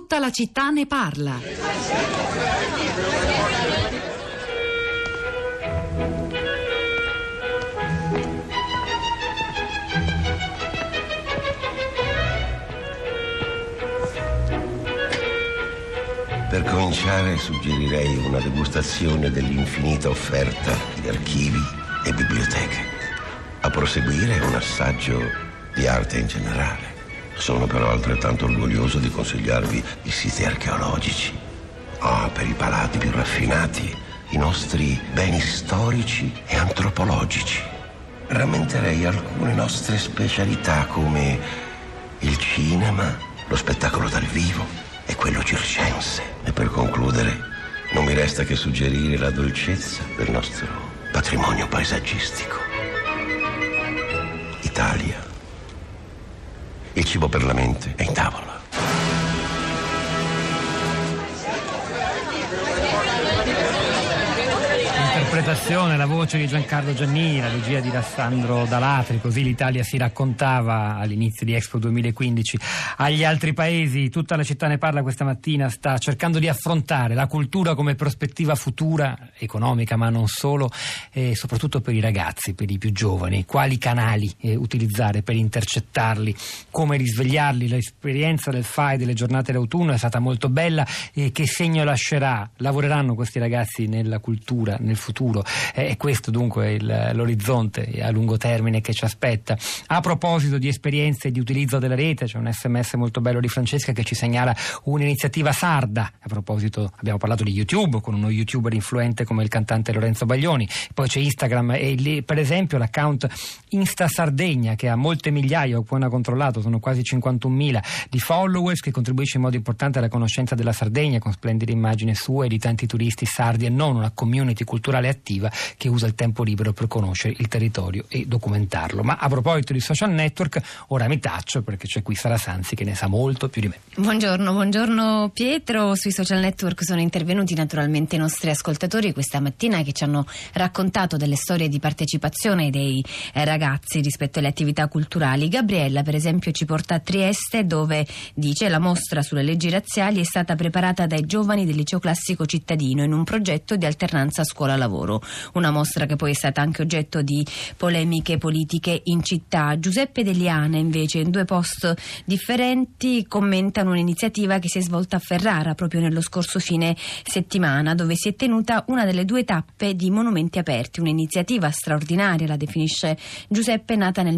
Tutta la città ne parla. Per cominciare suggerirei una degustazione dell'infinita offerta di archivi e biblioteche. A proseguire un assaggio di arte in generale. Sono però altrettanto orgoglioso di consigliarvi i siti archeologici. Per i palati più raffinati, i nostri beni storici e antropologici. Rammenterei alcune nostre specialità come il cinema, lo spettacolo dal vivo e quello circense. E per concludere, non mi resta che suggerire la dolcezza del nostro patrimonio paesaggistico. Italia. Il cibo per la mente è in tavola. L'interpretazione, la voce di Giancarlo Giannini, la regia di Alessandro Dalatri, così l'Italia si raccontava all'inizio di Expo 2015 agli altri paesi. Tutta la città ne parla questa mattina, sta cercando di affrontare la cultura come prospettiva futura, economica ma non solo, e soprattutto per i ragazzi, per i più giovani. Quali canali utilizzare per intercettarli, come risvegliarli. L'esperienza del FAI delle giornate d'autunno è stata molto bella. Che segno lascerà? Lavoreranno questi ragazzi nella cultura nel futuro? È questo dunque l'orizzonte a lungo termine che ci aspetta. A proposito di esperienze di utilizzo della rete, c'è un SMS molto bello di Francesca che ci segnala un'iniziativa sarda. A proposito, abbiamo parlato di YouTube con uno youtuber influente come il cantante Lorenzo Baglioni, poi c'è Instagram e lì, per esempio l'account Insta Sardegna, che ha molte migliaia, ho appena controllato, sono quasi 51.000 di followers, che contribuisce in modo importante alla conoscenza della Sardegna con splendide immagini sue e di tanti turisti sardi, e non una community culturale attiva che usa il tempo libero per conoscere il territorio e documentarlo. Ma a proposito di social network, ora mi taccio perché c'è qui Sara Sanzi che ne sa molto più di me. Buongiorno Pietro. Sui social network sono intervenuti naturalmente i nostri ascoltatori questa mattina, che ci hanno raccontato delle storie di partecipazione dei ragazzi rispetto alle attività culturali. Gabriella per esempio ci porta a Trieste, dove dice: la mostra sulle leggi razziali è stata preparata dai giovani del liceo classico cittadino in un progetto di alternanza scuola-lavoro, una mostra che poi è stata anche oggetto di polemiche politiche in città. Giuseppe Deliana invece in 2 post differenti commentano un'iniziativa che si è svolta a Ferrara proprio nello scorso fine settimana, dove si è tenuta una delle 2 tappe di Monumenti Aperti, un'iniziativa straordinaria, la definisce Giuseppe, nata nel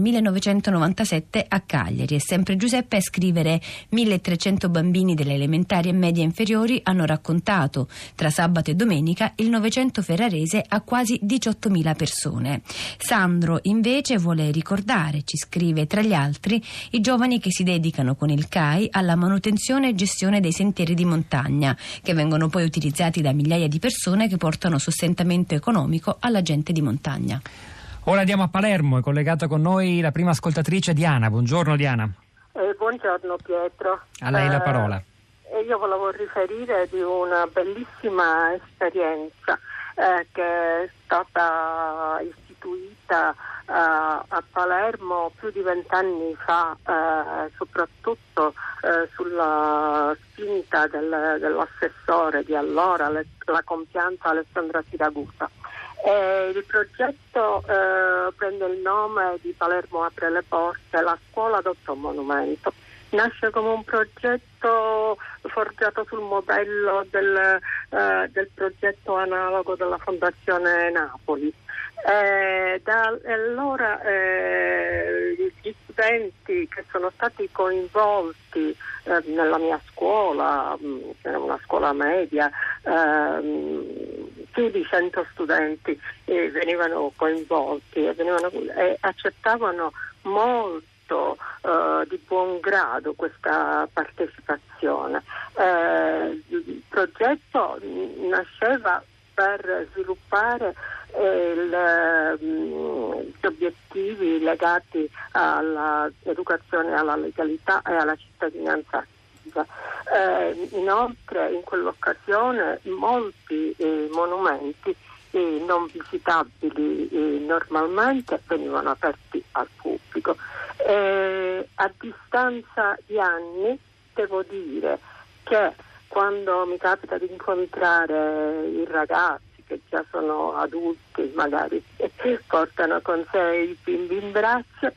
1997 a Cagliari. E sempre Giuseppe a scrivere: 1300 bambini delle elementari e medie inferiori hanno raccontato tra sabato e domenica il Novecento ferrarese a quasi 18.000 persone. Sandro invece vuole ricordare, ci scrive, tra gli altri, i giovani che si dedicano con il CAI alla manutenzione e gestione dei sentieri di montagna, che vengono poi utilizzati da migliaia di persone che portano sostentamento economico alla gente di montagna. Ora andiamo a Palermo, è collegata con noi la prima ascoltatrice Diana. Buongiorno Diana. Buongiorno Pietro. A lei la parola. Io volevo riferire di una bellissima esperienza che è stata istituita a Palermo più di 20 anni fa, soprattutto sulla spinta dell'assessore di allora, la compianta Alessandra Siragusa. Il progetto prende il nome di Palermo apre le porte, la scuola adotta un monumento. Nasce come un progetto forgiato sul modello del progetto analogo della Fondazione Napoli. Da allora gli studenti che sono stati coinvolti nella mia scuola, era una scuola media, più di 100 studenti venivano coinvolti e accettavano molto di buon grado questa partecipazione. Il progetto nasceva per sviluppare gli obiettivi legati all'educazione, alla legalità e alla cittadinanza attiva. Inoltre in quell'occasione molti monumenti non visitabili normalmente venivano aperti al pubblico. A distanza di anni devo dire che quando mi capita di incontrare i ragazzi che già sono adulti, magari portano con sé i bimbi in braccio,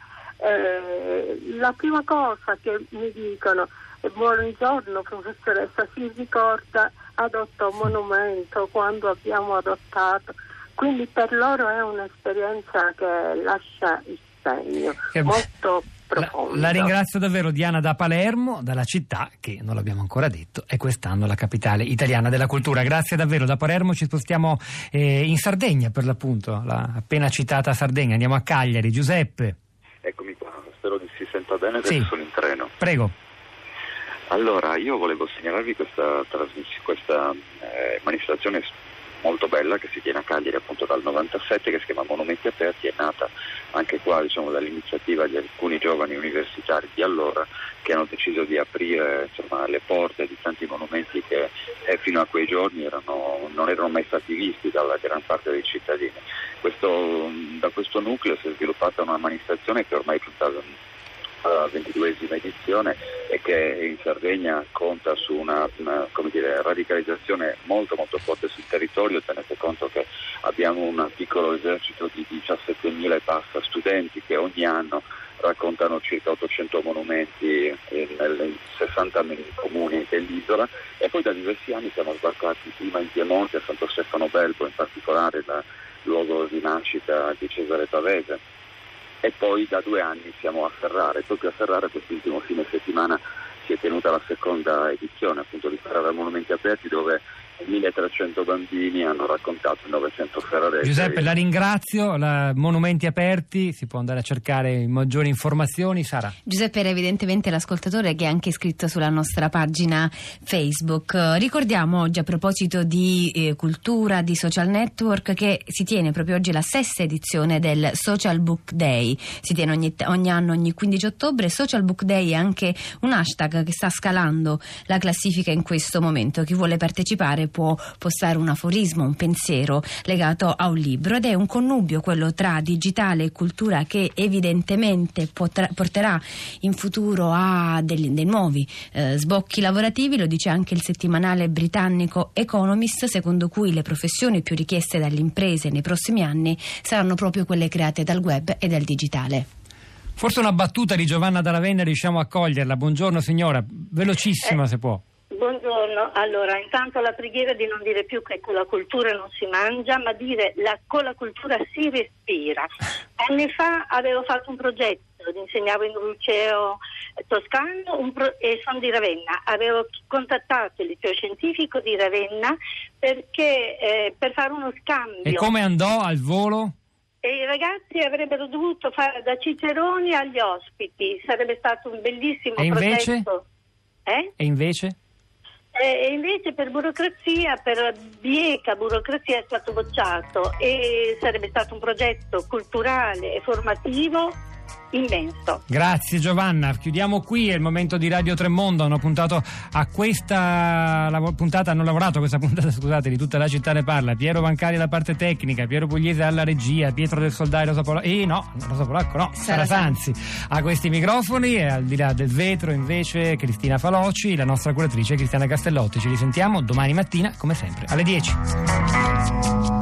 la prima cosa che mi dicono è: buongiorno professoressa, si ricorda, adotta un monumento quando abbiamo adottato. Quindi per loro è un'esperienza che lascia il segno molto profondo. La ringrazio davvero, Diana da Palermo, dalla città che, non l'abbiamo ancora detto, è quest'anno la capitale italiana della cultura. Grazie davvero. Da Palermo ci spostiamo in Sardegna, per l'appunto, la appena citata Sardegna. Andiamo a Cagliari. Giuseppe. Eccomi qua, spero che si senta bene perché sono in treno. Prego. Allora, io volevo segnalarvi questa manifestazione molto bella che si tiene a Cagliari appunto dal 97, che si chiama Monumenti Aperti. È nata anche qua, diciamo, dall'iniziativa di alcuni giovani universitari di allora che hanno deciso di aprire, insomma, le porte di tanti monumenti che fino a quei giorni non erano mai stati visti dalla gran parte dei cittadini. Da questo nucleo si è sviluppata una manifestazione che ormai è giunta alla 22esima edizione e che in Sardegna conta su una radicalizzazione molto molto forte sul territorio. Tenete conto che abbiamo un piccolo esercito di 17.000 e passa studenti che ogni anno raccontano circa 800 monumenti in 60 comuni dell'isola, e poi da diversi anni siamo sbarcati prima in Piemonte, a Santo Stefano Belpo, in particolare il luogo di nascita di Cesare Pavese, e poi da 2 anni siamo a Ferrara. Proprio a Ferrara quest'ultimo fine settimana si è tenuta la seconda edizione appunto di Ferrara Monumenti Aperti, dove 1.300 bambini hanno raccontato il Novecento ferrarese. Giuseppe, la ringrazio. Monumenti Aperti, si può andare a cercare maggiori informazioni. Sara. Giuseppe era evidentemente l'ascoltatore che è anche iscritto sulla nostra pagina Facebook. Ricordiamo oggi, a proposito di cultura, di social network, che si tiene proprio oggi la 6ª edizione del Social Book Day. Si tiene ogni anno, ogni 15 ottobre. Social Book Day è anche un hashtag che sta scalando la classifica in questo momento. Chi vuole partecipare può postare un aforismo, un pensiero legato a un libro, ed è un connubio quello tra digitale e cultura che evidentemente porterà in futuro a dei nuovi sbocchi lavorativi. Lo dice anche il settimanale britannico Economist, secondo cui le professioni più richieste dalle imprese nei prossimi anni saranno proprio quelle create dal web e dal digitale. Forse una battuta di Giovanna da Ravenna riusciamo a coglierla. Buongiorno signora, velocissima se può. Buongiorno, allora intanto la preghiera di non dire più che con la cultura non si mangia, ma dire con la cultura si respira. Anni fa avevo fatto un progetto, insegnavo in un liceo toscano e sono di Ravenna. Avevo contattato il liceo scientifico di Ravenna perché per fare uno scambio. E come andò al volo? E i ragazzi avrebbero dovuto fare da ciceroni agli ospiti, sarebbe stato un bellissimo progetto. E invece? E invece per bieca burocrazia è stato bocciato, e sarebbe stato un progetto culturale e formativo immenso. Grazie Giovanna, chiudiamo qui. È il momento di Radio Tremondo. Hanno puntato a questa puntata, hanno lavorato a questa puntata, scusate, di Tutta la città ne parla. Piero Vancari alla parte tecnica, Piero Pugliese alla regia, Pietro del Soldai, Rosa Polacco no, Sara Sanzi a questi microfoni, e al di là del vetro invece Cristina Faloci, la nostra curatrice Cristiana Castellotti. Ci risentiamo domani mattina come sempre alle 10.